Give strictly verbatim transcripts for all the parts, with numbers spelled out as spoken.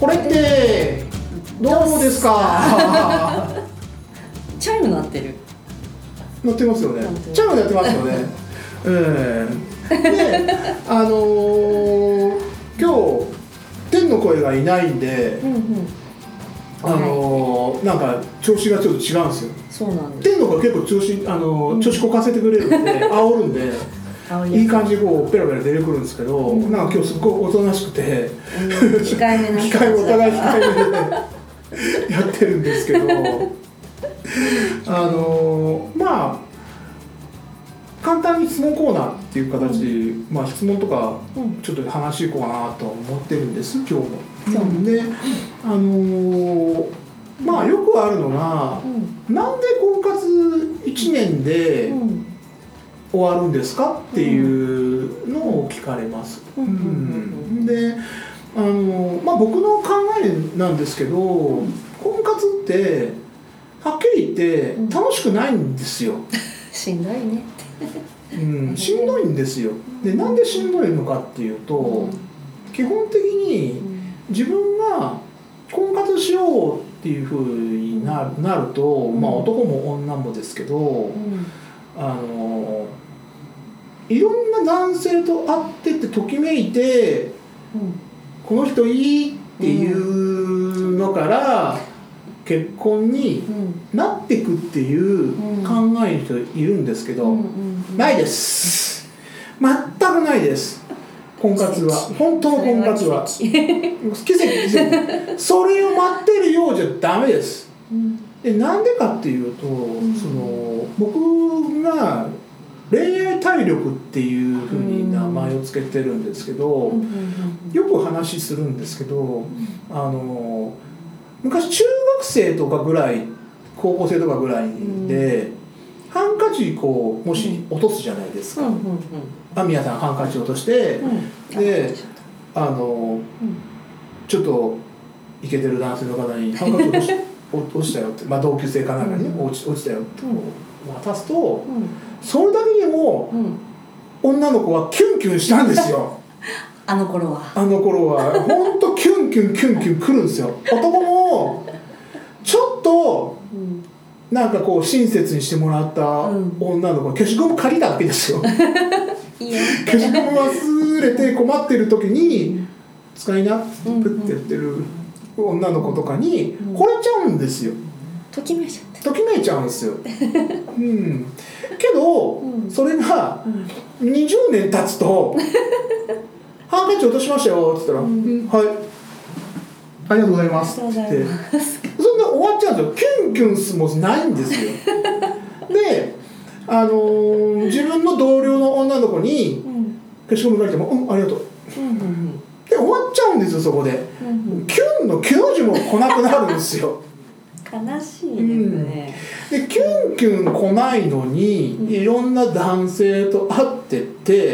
これってどうですかチャイム鳴ってる鳴ってますよね。チャイム鳴ってますよねえー、であのー、今日天の声がいないんで、うんうん、あのーはい、なんか調子がちょっと違うんですよ。 そうなんです。 天の声結構調子、あのーうん、調子こかせてくれるんで煽るんでいい感じでこうペラペラ出てくるんですけど、うん、なんか今日すごいおとなしくて、 うん、控えめな控えめお互い控えめでやってるんですけどあのー、まあ簡単に質問コーナーっていう形で、うん、まあ質問とかちょっと話していこうかなと思ってるんです今日も。うん、であのー、まあよくあるのが、うん、なんで婚活いちねんで終わるんですかっていうのを聞かれます。うんうん、であのー、まあ僕の考えなんですけど、うん、婚活ってはっきり言って楽しくないんですよ。 しんどいねうん、しんどいんですよ。でなんでしんどいのかっていうと、うん、基本的に自分が婚活しようっていう風に な, なると、うん、まあ男も女もですけど、うん、あのいろんな男性と会ってってときめいて、うん、この人いいっていうのから、結婚になっていくっていう考えの人いるんですけど、うんうんうん、ないです。全くないです。婚活は本当の婚活は奇跡ですよ。それを待ってるようじゃダメです。でなんでかっていうと、うん、その僕が恋愛体力っていう風に名前を付けてるんですけど、うんうんうん、よく話するんですけど、あの昔中学生とかぐらい高校生とかぐらいで、うん、ハンカチこうもし落とすじゃないですか、うんうんうん、あ宮さんハンカチ落として、うん、であの、うん、ちょっとイケてる男性の方にハンカチ落とし落ちたよって、まあ、同級生かなんかに、ねうん、落ち、落ちたよって渡すと、うん、それだけでも、うん、女の子はキュンキュンしたんですよあの頃はあの頃は本当キュンキュンキュンキュン来るんですよ。男もちょっとなんかこう親切にしてもらった女の子、消しゴム借りたわけですよ消しゴム忘れて困ってる時に使いなってプッてやってる女の子とかに惚れちゃうんですよ。 ときめいちゃってときめいちゃうんですよ、うん、けど、うん、それがにじゅうねん経つとハンカチ落としましたよって言ったら、うん、はいありがとうございますって言ってそんな終わっちゃうんですよ。キュンキュンスもないんですよで、あのー、自分の同僚の女の子に消しゴム借りても、うん、ありがとう、うんうんうん、で終わっちゃうんですよそこで、うんうん、キュンのキュの字も来なくなるんですよ悲しいですね、 うん、でキュンキュン来ないのに、うん、いろんな男性と会ってって、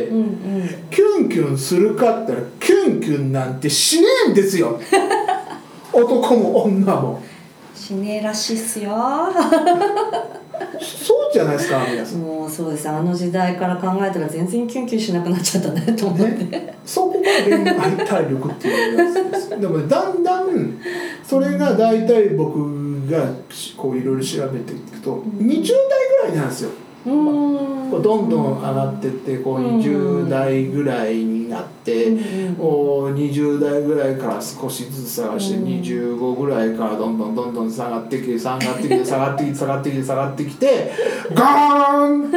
うんうん、キュンキュンするかって言ったらキュンキュンなんてしねえんですよ男も女もしねえらしいっすよそうじゃないですか皆さん。 もうそうです。あの時代から考えたら全然キュンキュンしなくなっちゃったねと思って、ね、 そこが恋愛体力っていうやつですでも、ね、だんだんそれが大体僕がこういろいろ調べていくと、うん、にじゅう代ぐらいなんですよ。うん、こうどんどん上がってってこうにじゅう代ぐらいになって、うん、にじゅう代ぐらいから少しずつ下がして、うん、にじゅうごぐらいからどんどんどんどん下がってきて下がってきて下がってきて下がってきて下がってきてガーン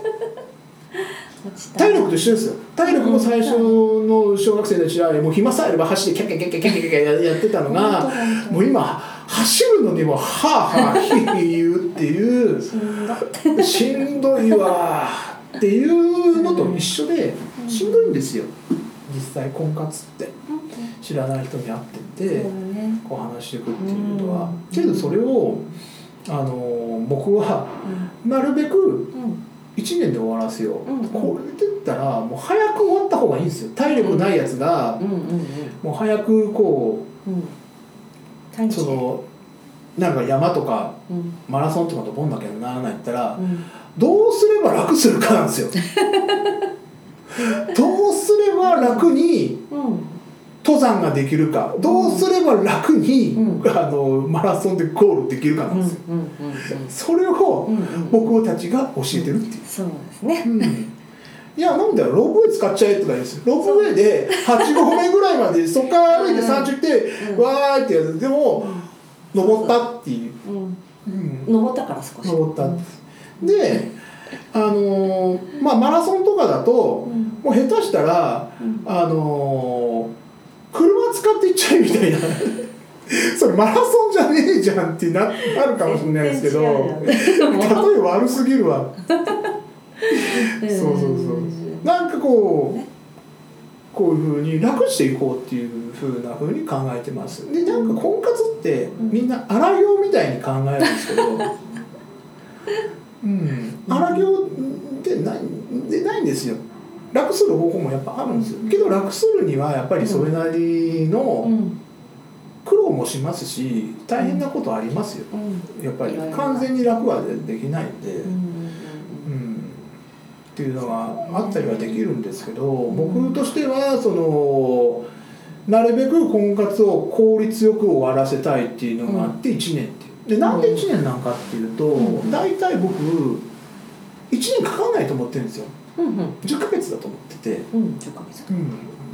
体力と一緒ですよ。体力も最初の小学生たちはもう暇さえあれば走ってキャッキャッキャッキャッキャッキャッやってたのがもう今走るのにもはぁはぁ言うっていうしんどいわっていうのと一緒でしんどいんですよ実際婚活って知らない人に会っててこう話していくっていうのは。けどそれをあの僕はなるべくいちねんで終わらせよう、うんうん、これで言ったらもう早く終わった方がいいんですよ。体力ないやつがもう早くこう、うん、そのなんか山とかマラソンとかとボンなきゃならないって言ったら、うん、どうすれば楽するかなんですよどうすれば楽に登山ができるか、どうすれば楽に、 うん、 あのマラソンでゴールできるかなんですよ、 うんうんうんうん、 それを僕たちが教えてるっていう、 そうですね、 うん、いやなんだよロープウェイ使っちゃえとか言うんですよ。ロープウェイではち合目ぐらいまでそこから歩いて山頂行って、うん、わーってやる。でも、うん、登ったっていう、うんうん、登ったから少し登った、うん、であのー、まあマラソンとかだと、うん、もう下手したら、うん、あのー、車使って行っちゃえみたいなそれマラソンじゃねえじゃんって な, なるかもしれないですけど例えば悪すぎるわそうそうそうなんかこうこういう風に楽していこうっていう風な風に考えてます。でなんか婚活ってみんな荒行みたいに考えるんですけどうん、荒行ってないでないんですよ。楽する方法もやっぱあるんですよ。けど楽するにはやっぱりそれなりの苦労もしますし大変なことありますよ。やっぱり完全に楽はできないんで、うん、っていうのがあったりはできるんですけど、僕としてはそのなるべく婚活を効率よく終わらせたいっていうのがあっていちねんっていう。でなんでいちねんなんかっていうと、大体僕いちねんかかんないと思ってるんですよ、うんうん、じゅっかげつだと思ってて、うん、じゅっかげつ、うん、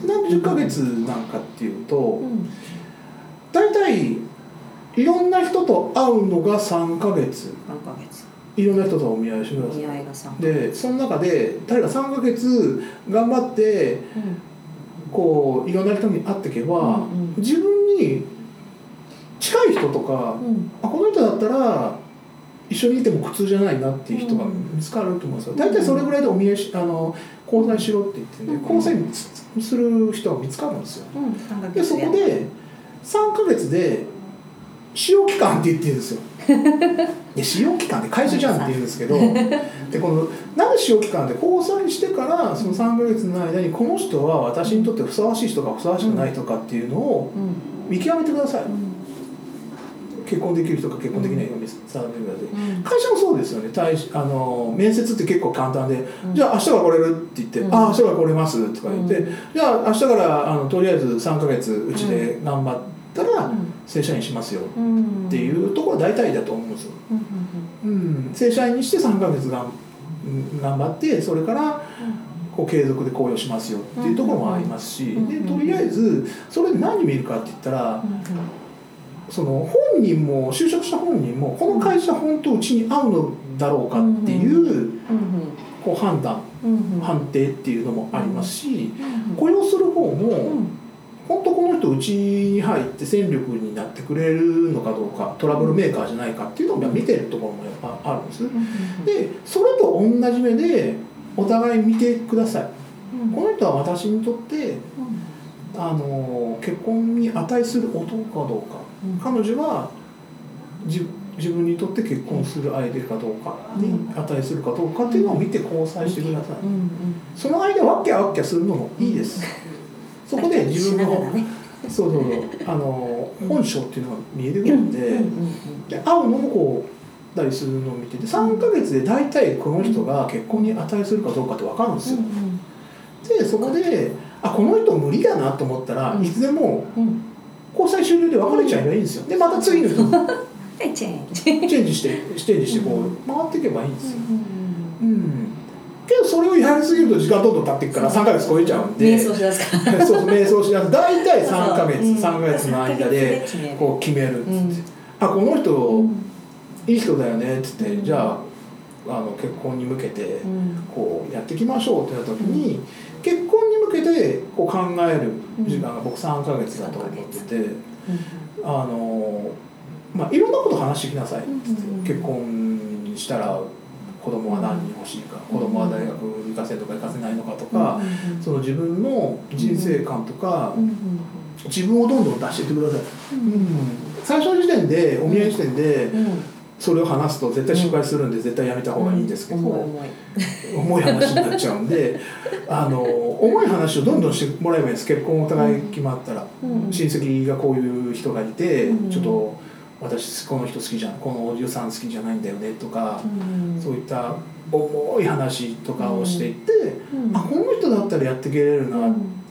なんでじゅっかげつなんかっていうと、うん、大体いろんな人と会うのがさんかげつ、さんかげついろんな人とお見合いしてください。お見合いがさんかげつでその中で誰かさんかげつ頑張って、うん、こういろんな人に会っていけば、うんうん、自分に近い人とか、うん、あこの人だったら一緒にいても苦痛じゃないなっていう人が見つかると思うんですよ。大体それぐらいでお見合いしあの交際しろって言ってんで、交際する人が見つかるんですよ、うん、でそこでさんかげつで使用期間って言ってるんですよで使用期間って会社じゃんって言うんですけどでこのなんで使用期間で交際してからそのさんかげつの間にこの人は私にとってふさわしい人かふさわしくない人かっていうのを見極めてください、うん、結婚できる人か結婚できない人か見定めてください、うん、会社もそうですよね。対あの面接って結構簡単で、うん、じゃあ明日から来れるって言って、うん、ああ明日から来れますとか言って、うん、じゃあ明日からあのとりあえずさんかげつうちで頑張ったら正社員しますよっていうところは大体だと思うんですよ、うんうん、正社員にしてさんかげつがん頑張ってそれからこう継続で雇用しますよっていうところもありますし、でとりあえずそれで何見るかって言ったら、その本人も就職した本人もこの会社本当うちに合うのだろうかっていうこう判断判定っていうのもありますし、雇用する方も本当この人うちに入って戦力になってくれるのかどうか、トラブルメーカーじゃないかっていうのを見てるところもやっぱあるんです。でそれと同じ目でお互い見てください。この人は私にとってあの結婚に値する男かどうか、彼女は 自, 自分にとって結婚する相手かどうかに値するかどうかっていうのを見て交際してください。その間わっきゃわっきゃするのもいいです。そこで自分のそうそうそうあの本性っていうのが見えてくるんで、で会うのもこうたりするのを見ててさんかげつで大体この人が結婚に値するかどうかって分かるんですよ。でそこであこの人無理だなと思ったらいつでも交際終了で別れちゃえばいいんですよ。でまた次の人チェンジチェンジしてチェンジしてこう回っていけばいいんですよ。うん。けどそれをやりすぎると時間どんどん経っていくからさんかげつ超えちゃうんで瞑想しだすからそうそう瞑想しだす大体さんかげつさんかげつの間でこう決めるっつって、うん、あこの人、うん、いい人だよねっつって、うん、じゃああの結婚に向けてこうやっていきましょうってなった時に、うん、結婚に向けてこう考える時間が僕さんかげつだと思ってて、うん、あのまあいろんなこと話してきなさいっつって、うん、結婚したら子供は何人欲しいか、子供は大学行かせるとか行かせないのかとか、うん、その自分の人生観とか、うん、自分をどんどん出していってください、うん、最初の時点でお見合い時点で、うんそれを話すと絶対失敗するんで絶対やめた方がいいんですけど、うん、重い重い話になっちゃうんであの重い話をどんどんしてもらえばいいです。結婚お互い決まったら、うん、親戚がこういう人がいて、うん、ちょっと私この人好きじゃんこのおじさん好きじゃないんだよねとか、うん、そういった重い話とかをしていって、うん、あこの人だったらやっていけれるなって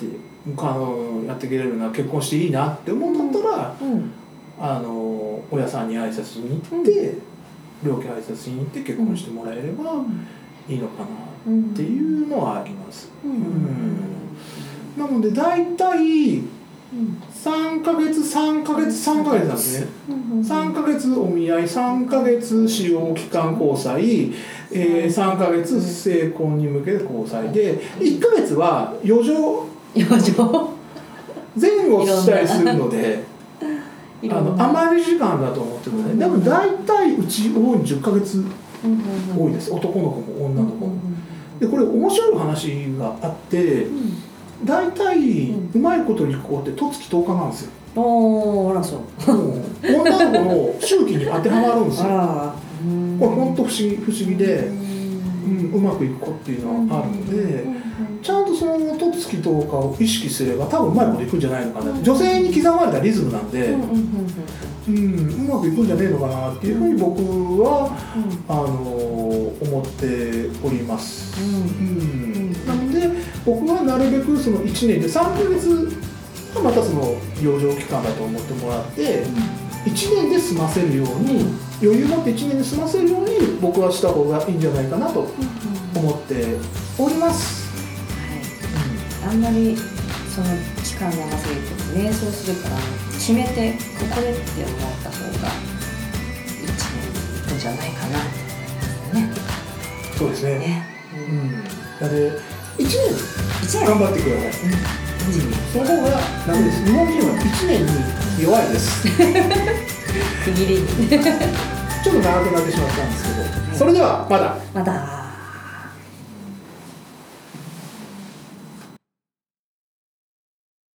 あのやっていけれるなら結婚していいなって思うんだったら、 うんあの親さんに挨拶に行って、両家挨拶に行って結婚してもらえればいいのかなっていうのはあります。 うんうんなので大体さんかげつさんかげつさんかげつなんですね。さんかげつお見合い、さんかげつ使用期間交際、えー、さんかげつ成婚に向けて交際で、いっかげつは余剰余剰前後したりするのであの余り時間だと思ってください。でも大体うち多いじゅっかげつ多いです。男の子も女の子も。でこれ面白い話があって、大体うまいこといく子って十月とおかなんですよ。 おー、あらそう。 女の子の周期に当てはまるんですよ。 あこれ本当不思議不思議で、うん、うまくいく子っていうのはあるので、ちゃんとその十月とおかを意識すれば多分うまいこといくんじゃないのかな。女性に刻まれたリズムなんで、うん、うまくいくんじゃねえのかなっていうふうに僕は、あの思っております。うん、なので僕はなるべくそのいちねんでさんかげつはまたその養生期間だと思ってもらって、いちねんで済ませるように、余裕持っていちねんで済ませるように僕はした方がいいんじゃないかなと思っております。 はい、うん、あんまりその期間長すぎて瞑想するから決めてここでって思った方がいちねんいくんじゃないかなってね。 そうですね。 ね、 うん。なのでいちねん頑張ってください。うん、その方がダメです。日本人はいちねんに弱いです。 区切りちょっと長くなってしまったんですけど、それではまだ。 まだ。